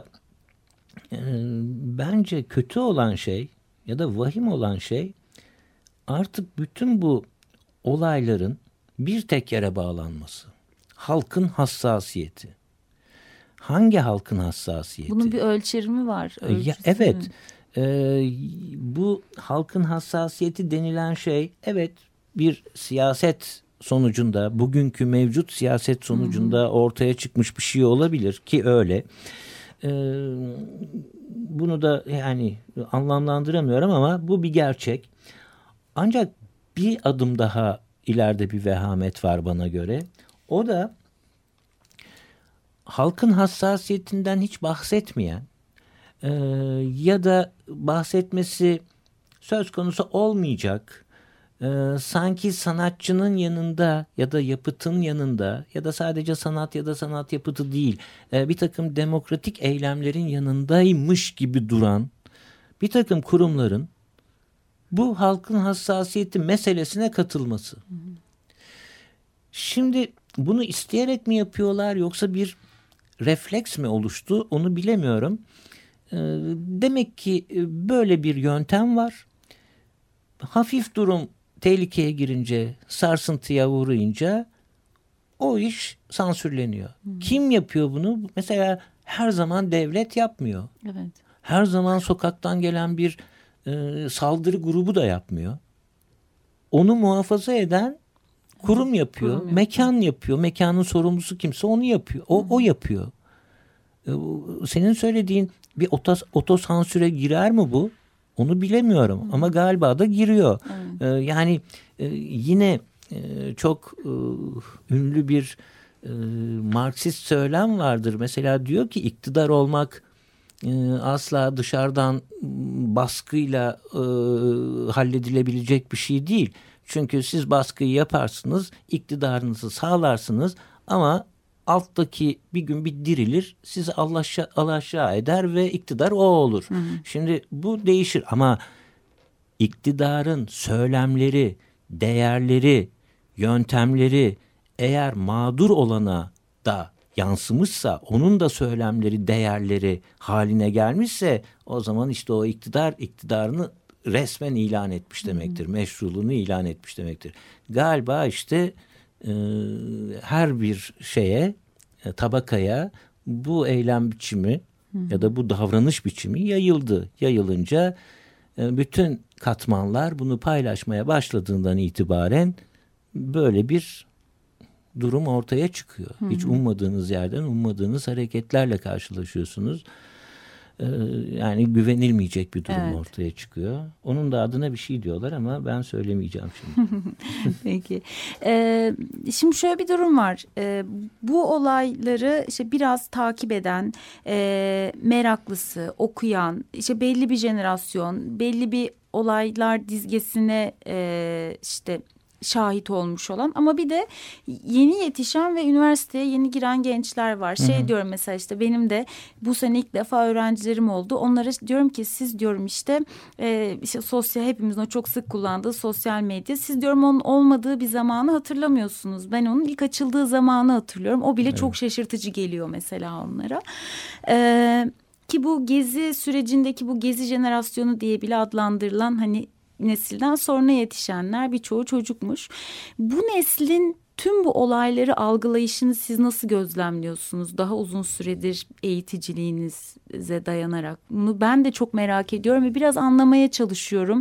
bence kötü olan şey ya da vahim olan şey artık bütün bu olayların bir tek yere bağlanması. Halkın hassasiyeti. Hangi halkın hassasiyeti? Bunun bir ölçeri mi var? Evet. Bu halkın hassasiyeti denilen şey bir siyaset sonucunda, bugünkü mevcut siyaset sonucunda ortaya çıkmış bir şey olabilir ki öyle. Bunu da yani anlamlandıramıyorum ama bu bir gerçek. Ancak bir adım daha ileride bir vehamet var bana göre. O da halkın hassasiyetinden hiç bahsetmeyen ya da bahsetmesi söz konusu olmayacak, sanki sanatçının yanında ya da yapıtın yanında ya da sadece sanat ya da sanat yapıtı değil, bir takım demokratik eylemlerin yanındaymış gibi duran bir takım kurumların bu halkın hassasiyeti meselesine katılması. Şimdi bunu isteyerek mi yapıyorlar yoksa bir refleks mi oluştu onu bilemiyorum. Demek ki böyle bir yöntem var. Hafif durum tehlikeye girince, sarsıntıya uğrayınca o iş sansürleniyor. Kim yapıyor bunu? Mesela her zaman devlet yapmıyor. Evet. Her zaman sokaktan gelen bir saldırı grubu da yapmıyor. Onu muhafaza eden kurum yapıyor, mekan yapıyor. Mekanın sorumlusu kimse onu yapıyor. O yapıyor. Senin söylediğin bir otosansüre girer mi bu? Onu bilemiyorum ama galiba da giriyor. Yani yine çok ünlü bir Marksist söylem vardır. Mesela diyor ki iktidar olmak asla dışarıdan baskıyla halledilebilecek bir şey değil. Çünkü siz baskıyı yaparsınız, iktidarınızı sağlarsınız ama alttaki bir gün bir dirilir, sizi alaşağı eder ve iktidar o olur. Şimdi bu değişir ama iktidarın söylemleri, değerleri, yöntemleri eğer mağdur olana da yansımışsa, onun da söylemleri, değerleri haline gelmişse o zaman işte o iktidarını resmen ilan etmiş demektir. Meşruluğunu ilan etmiş demektir. Galiba işte her bir şeye, tabakaya bu eylem biçimi ya da bu davranış biçimi yayıldı. Yayılınca bütün katmanlar bunu paylaşmaya başladığından itibaren böyle bir durum ortaya çıkıyor. Hiç ummadığınız yerden ummadığınız hareketlerle karşılaşıyorsunuz. Yani güvenilmeyecek bir durum ortaya çıkıyor. Onun da adına bir şey diyorlar ama ben söylemeyeceğim şimdi. Peki. Şimdi şöyle bir durum var. Bu olayları işte biraz takip eden, meraklısı, okuyan, işte belli bir jenerasyon, belli bir olaylar dizgesine işte şahit olmuş olan ama bir de yeni yetişen ve üniversiteye yeni giren gençler var. Diyorum mesela işte benim de bu sene ilk defa öğrencilerim oldu. Onlara diyorum ki siz diyorum işte sosyal, hepimizin o çok sık kullandığı sosyal medya. Siz diyorum onun olmadığı bir zamanı hatırlamıyorsunuz. Ben onun ilk açıldığı zamanı hatırlıyorum. O bile çok şaşırtıcı geliyor mesela onlara. Ki bu gezi sürecindeki bu gezi jenerasyonu diye bile adlandırılan hani nesilden sonra yetişenler birçoğu çocukmuş. Bu neslin tüm bu olayları algılayışını siz nasıl gözlemliyorsunuz? Daha uzun süredir eğiticiliğinize dayanarak. Bunu ben de çok merak ediyorum ve biraz anlamaya çalışıyorum.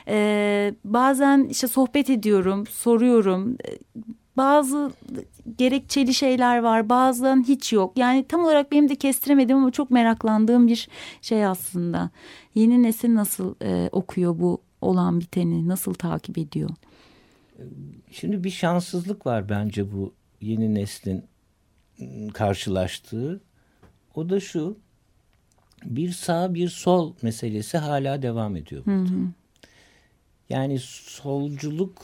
Bazen işte sohbet ediyorum, soruyorum. Bazı gerekçeli şeyler var, bazen hiç yok. Yani tam olarak benim de kestiremedim ama çok meraklandığım bir şey aslında. Yeni nesil nasıl okuyor bu olan biteni, nasıl takip ediyor? Şimdi bir şanssızlık var bence bu yeni neslin karşılaştığı. O da şu, bir sağ bir sol meselesi hala devam ediyor burada. Yani solculuk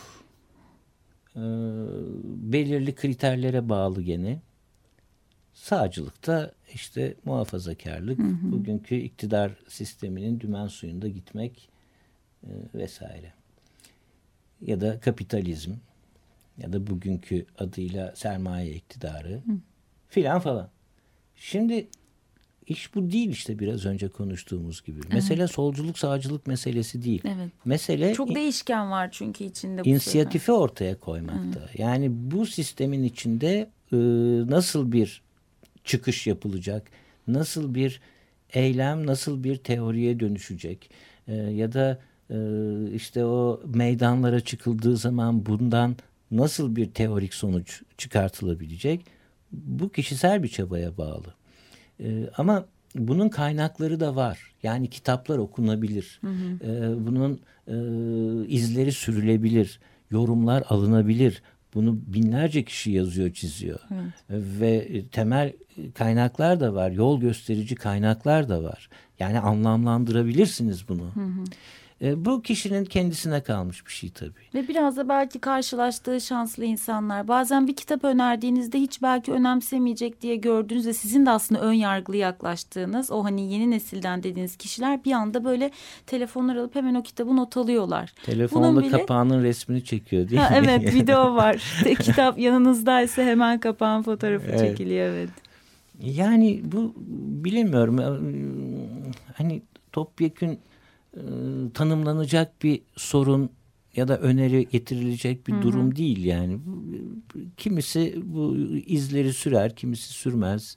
belirli kriterlere bağlı gene. Sağcılıkta işte muhafazakarlık, bugünkü iktidar sisteminin dümen suyunda gitmek vesaire. Ya da kapitalizm ya da bugünkü adıyla sermaye iktidarı filan falan. Şimdi iş bu değil işte biraz önce konuştuğumuz gibi. Mesele solculuk sağcılık meselesi değil. Evet. Mesele çok değişken var çünkü içinde bu inisiyatifi ortaya koymakta. Yani bu sistemin içinde nasıl bir çıkış yapılacak, nasıl bir eylem, nasıl bir teoriye dönüşecek ya da işte o meydanlara çıkıldığı zaman bundan nasıl bir teorik sonuç çıkartılabilecek? Bu kişisel bir çabaya bağlı. Ama bunun kaynakları da var. Yani kitaplar okunabilir. Bunun izleri sürülebilir. Yorumlar alınabilir. Bunu binlerce kişi yazıyor, çiziyor. Ve temel kaynaklar da var. Yol gösterici kaynaklar da var. Yani anlamlandırabilirsiniz bunu. Bu kişinin kendisine kalmış bir şey tabii. Ve biraz da belki karşılaştığı şanslı insanlar. Bazen bir kitap önerdiğinizde hiç belki önemsemeyecek diye gördüğünüz ve sizin de aslında ön yargılı yaklaştığınız o hani yeni nesilden dediğiniz kişiler bir anda böyle telefonlar alıp hemen o kitabı not alıyorlar. Telefonla bile kapağının resmini çekiyor değil mi? Evet, video var. Kitap yanınızdaysa hemen kapağın fotoğrafı çekiliyor. Evet. Yani bu bilemiyorum. Hani topyekün tanımlanacak bir sorun ya da öneri getirilecek bir durum değil yani. Kimisi bu izleri sürer, kimisi sürmez.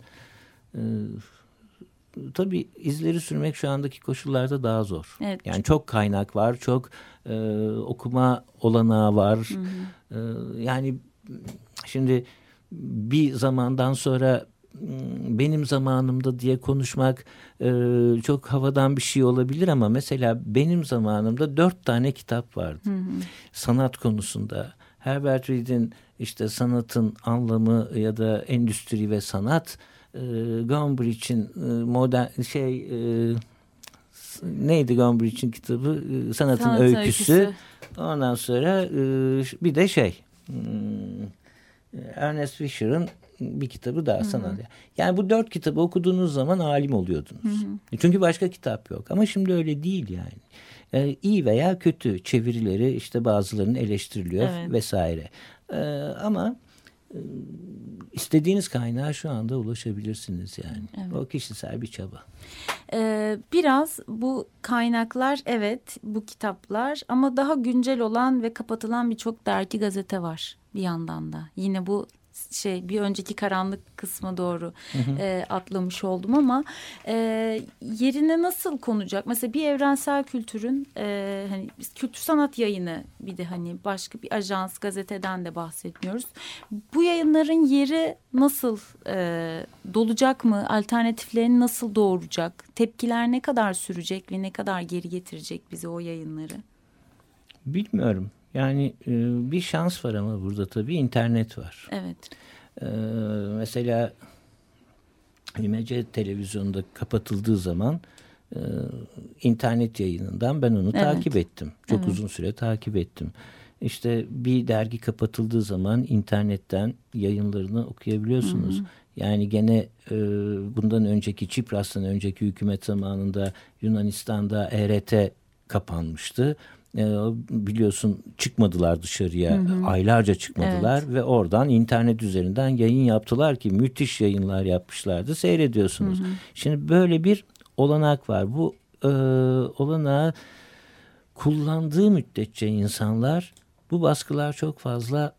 Tabii izleri sürmek şu andaki koşullarda daha zor. Evet. Yani çok kaynak var, çok okuma olanağı var. Yani şimdi bir zamandan sonra benim zamanımda diye konuşmak çok havadan bir şey olabilir ama mesela benim zamanımda 4 tane kitap vardı. Sanat konusunda. Herbert Reed'in işte Sanatın Anlamı ya da Endüstri ve Sanat, Gombrich'in modern neydi Gombrich'in kitabı? Sanatın Öyküsü. Ondan sonra bir de Ernest Fisher'ın bir kitabı daha sanat. Yani bu 4 kitabı okuduğunuz zaman alim oluyordunuz. Çünkü başka kitap yok. Ama şimdi öyle değil yani. İyi veya kötü çevirileri işte bazılarının eleştiriliyor vesaire. Ama istediğiniz kaynağa şu anda ulaşabilirsiniz yani. Evet. O kişisel bir çaba. Biraz bu kaynaklar bu kitaplar ama daha güncel olan ve kapatılan birçok dergi gazete var bir yandan da. Yine bu bir önceki karanlık kısma doğru atlamış oldum ama yerine nasıl konacak? Mesela bir evrensel kültürün hani kültür sanat yayını, bir de hani başka bir ajans gazeteden de bahsetmiyoruz. Bu yayınların yeri nasıl dolacak mı? Alternatiflerini nasıl doğuracak? Tepkiler ne kadar sürecek ve ne kadar geri getirecek bize o yayınları? Bilmiyorum. Yani bir şans var ama burada tabii internet var. Evet. Mesela İmece televizyonda kapatıldığı zaman internet yayınından ben onu takip ettim. Çok uzun süre takip ettim. İşte bir dergi kapatıldığı zaman internetten yayınlarını okuyabiliyorsunuz. Yani gene bundan önceki Çipras'tan önceki hükümet zamanında Yunanistan'da ERT kapanmıştı. Biliyorsun çıkmadılar dışarıya, aylarca çıkmadılar ve oradan internet üzerinden yayın yaptılar ki müthiş yayınlar yapmışlardı, seyrediyorsunuz. Şimdi böyle bir olanak var. Bu olanağı kullandığı müddetçe insanlar, bu baskılar çok fazla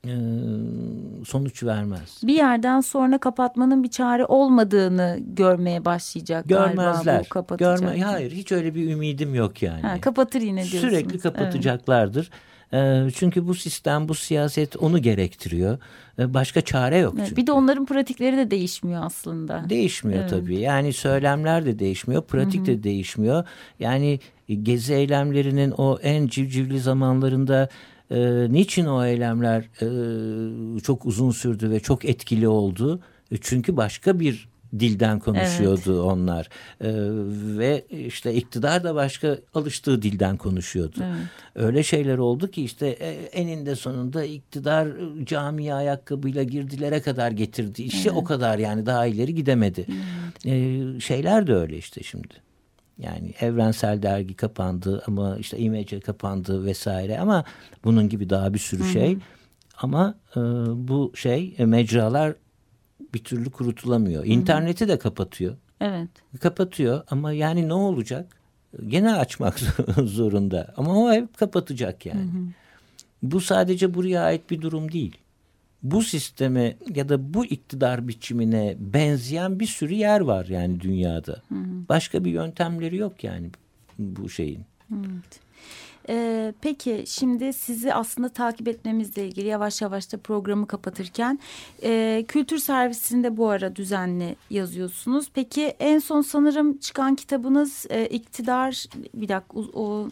sonuç vermez. Bir yerden sonra kapatmanın bir çare olmadığını görmeye başlayacak. Görmezler. Hayır, hiç öyle bir ümidim yok yani. Kapatır yine diyorsunuz. Sürekli kapatacaklardır. Çünkü bu sistem, bu siyaset onu gerektiriyor. Başka çare yok çünkü. Bir de onların pratikleri de değişmiyor aslında. Değişmiyor tabii. Yani söylemler de değişmiyor, pratik de değişmiyor. Yani gezi eylemlerinin o en civcivli zamanlarında niçin o eylemler çok uzun sürdü ve çok etkili oldu? Çünkü başka bir dilden konuşuyordu onlar. Ve işte iktidar da başka alıştığı dilden konuşuyordu. Öyle şeyler oldu ki işte eninde sonunda iktidar camiye ayakkabıyla girdilere kadar getirdi. İşte o kadar, yani daha ileri gidemedi. Şeyler de öyle işte şimdi. Yani Evrensel Dergi kapandı ama işte İmece kapandı vesaire, ama bunun gibi daha bir sürü şey. Ama bu mecralar bir türlü kurutulamıyor. İnterneti de kapatıyor. Evet. Kapatıyor ama yani ne olacak? Gene açmak zorunda. Ama o hep kapatacak yani. Bu sadece buraya ait bir durum değil. Bu sisteme ya da bu iktidar biçimine benzeyen bir sürü yer var yani dünyada. Başka bir yöntemleri yok yani bu şeyin. Evet. Peki şimdi sizi aslında takip etmemizle ilgili yavaş yavaş da programı kapatırken Kültür Servisi'nde bu ara düzenli yazıyorsunuz. Peki en son sanırım çıkan kitabınız İktidar, bir dakika, o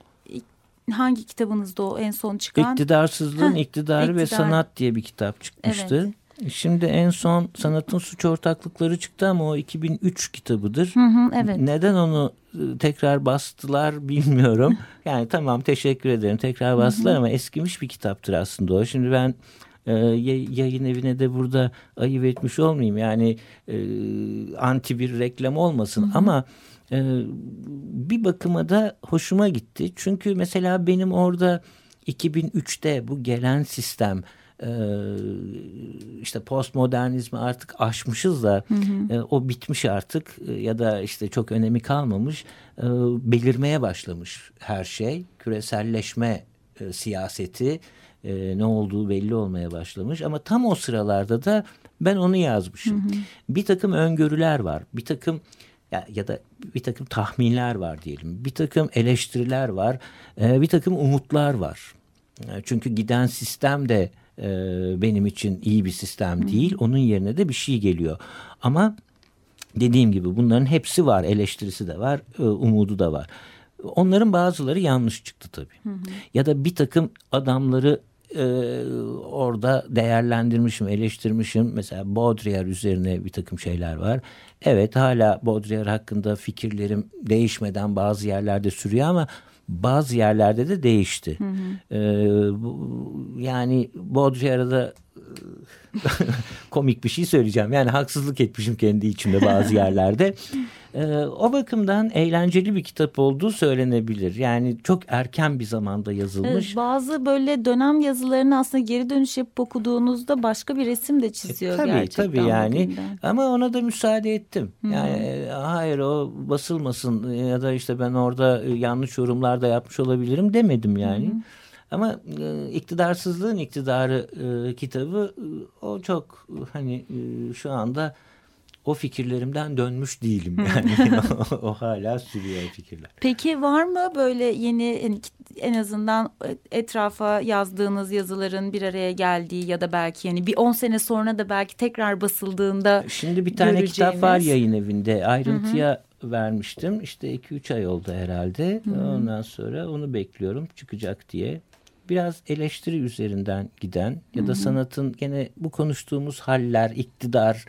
hangi kitabınızda o en son çıkan? İktidarsızlığın İktidarı ve Sanat diye bir kitap çıkmıştı. Evet. Şimdi en son Sanatın Suç Ortaklıkları çıktı ama o 2003 kitabıdır. Evet. Neden onu tekrar bastılar bilmiyorum. Yani tamam, teşekkür ederim, tekrar bastılar ama eskimiş bir kitaptır aslında o. Şimdi ben yayın evine de burada ayıp etmiş olmayayım. Yani anti bir reklam olmasın ama bir bakıma da hoşuma gitti. Çünkü mesela benim orada 2003'te bu gelen sistem, işte postmodernizmi artık aşmışız da o bitmiş artık ya da işte çok önemi kalmamış, belirmeye başlamış her şey. Küreselleşme siyaseti ne olduğu belli olmaya başlamış ama tam o sıralarda da ben onu yazmışım. Bir takım öngörüler var, bir takım ya da bir takım tahminler var diyelim, bir takım eleştiriler var, bir takım umutlar var. Çünkü giden sistem de benim için iyi bir sistem değil. Onun yerine de bir şey geliyor. Ama dediğim gibi bunların hepsi var. Eleştirisi de var, umudu da var. Onların bazıları yanlış çıktı tabii. Ya da bir takım adamları orada değerlendirmişim, eleştirmişim. Mesela Baudrillard üzerine bir takım şeyler var. Evet, hala Baudrillard hakkında fikirlerim değişmeden bazı yerlerde sürüyor ama bazı yerlerde de değişti. Yani Baudrillard'a komik bir şey söyleyeceğim. Yani haksızlık etmişim kendi içimde bazı yerlerde. O bakımdan eğlenceli bir kitap olduğu söylenebilir. Yani çok erken bir zamanda yazılmış. Bazı böyle dönem yazılarını aslında geri dönüş yapıp okuduğunuzda başka bir resim de çiziyor gerçekten. Tabii yani. Ama ona da müsaade ettim. Yani hayır, o basılmasın ya da işte ben orada yanlış yorumlar da yapmış olabilirim demedim yani. Ama iktidarsızlığın iktidarı kitabı o çok hani şu anda o fikirlerimden dönmüş değilim yani. O hala sürüyor fikirler. Peki var mı böyle yeni, en azından etrafa yazdığınız yazıların bir araya geldiği ya da belki yani bir 10 sene sonra da belki tekrar basıldığında şimdi bir tane kitap var yayın evinde, ayrıntıya vermiştim. İşte 2-3 ay oldu herhalde. Ondan sonra onu bekliyorum çıkacak diye. Biraz eleştiri üzerinden giden ya da sanatın gene bu konuştuğumuz haller, iktidar,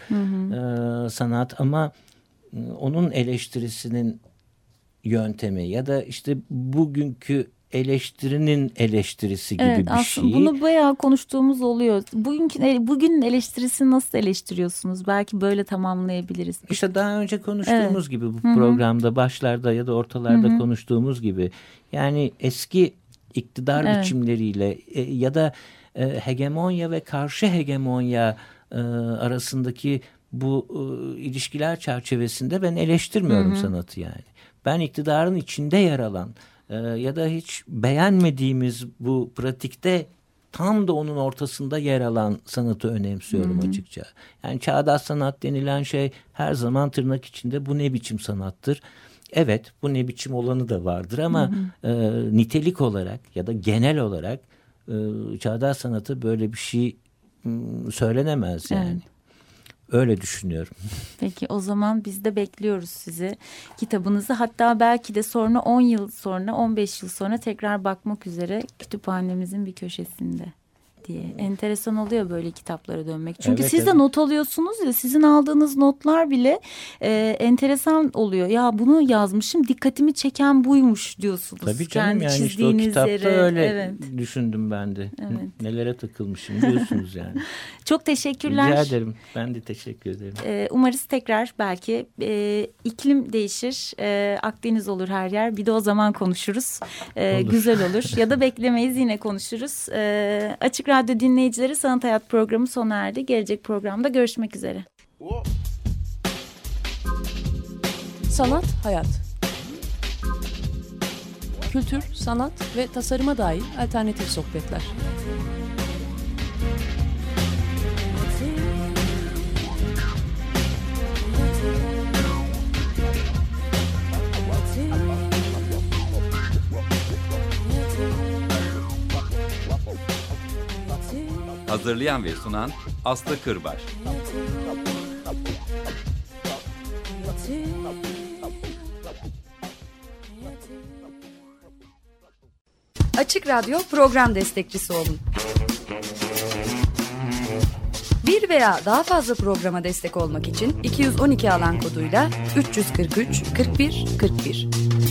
sanat ama onun eleştirisinin yöntemi ya da işte bugünkü eleştirinin eleştirisi gibi bir aslında şey. Bunu bayağı konuştuğumuz oluyor. Bugünün eleştirisini nasıl eleştiriyorsunuz? Belki böyle tamamlayabiliriz. İşte daha önce konuştuğumuz gibi bu programda başlarda ya da ortalarda konuştuğumuz gibi yani eski iktidar biçimleriyle ya da hegemonya ve karşı hegemonya arasındaki bu ilişkiler çerçevesinde ben eleştirmiyorum sanatı yani. Ben iktidarın içinde yer alan ya da hiç beğenmediğimiz bu pratikte tam da onun ortasında yer alan sanatı önemsiyorum açıkça. Yani çağdaş sanat denilen şey her zaman tırnak içinde bu ne biçim sanattır? Evet, bu ne biçim olanı da vardır ama nitelik olarak ya da genel olarak çağdaş sanatı böyle bir şey söylenemez yani. Evet. Öyle düşünüyorum. Peki o zaman biz de bekliyoruz sizi, kitabınızı. Hatta belki de sonra 10 yıl sonra, 15 yıl sonra tekrar bakmak üzere kütüphanemizin bir köşesinde diye. Enteresan oluyor böyle kitaplara dönmek. Çünkü siz de not alıyorsunuz ya, sizin aldığınız notlar bile enteresan oluyor. Ya bunu yazmışım, dikkatimi çeken buymuş diyorsunuz. Tabii canım, yani işte o kitapta öyle düşündüm ben de. Evet. Nelere takılmışım diyorsunuz yani. Çok teşekkürler. Rica ederim. Ben de teşekkür ederim. Umarız tekrar belki iklim değişir. Akdeniz olur her yer. Bir de o zaman konuşuruz. Güzel olur. Ya da beklemeyiz, yine konuşuruz. Açık Radyo dinleyicileri, Sanat Hayat programı sona erdi. Gelecek programda görüşmek üzere. Sanat Hayat. Kültür, sanat ve tasarıma dair alternatif sohbetler. Hazırlayan ve sunan Aslı Kırbaş. Açık Radyo program destekçisi olun. Bir veya daha fazla programa destek olmak için 212 alan koduyla 343 41 41.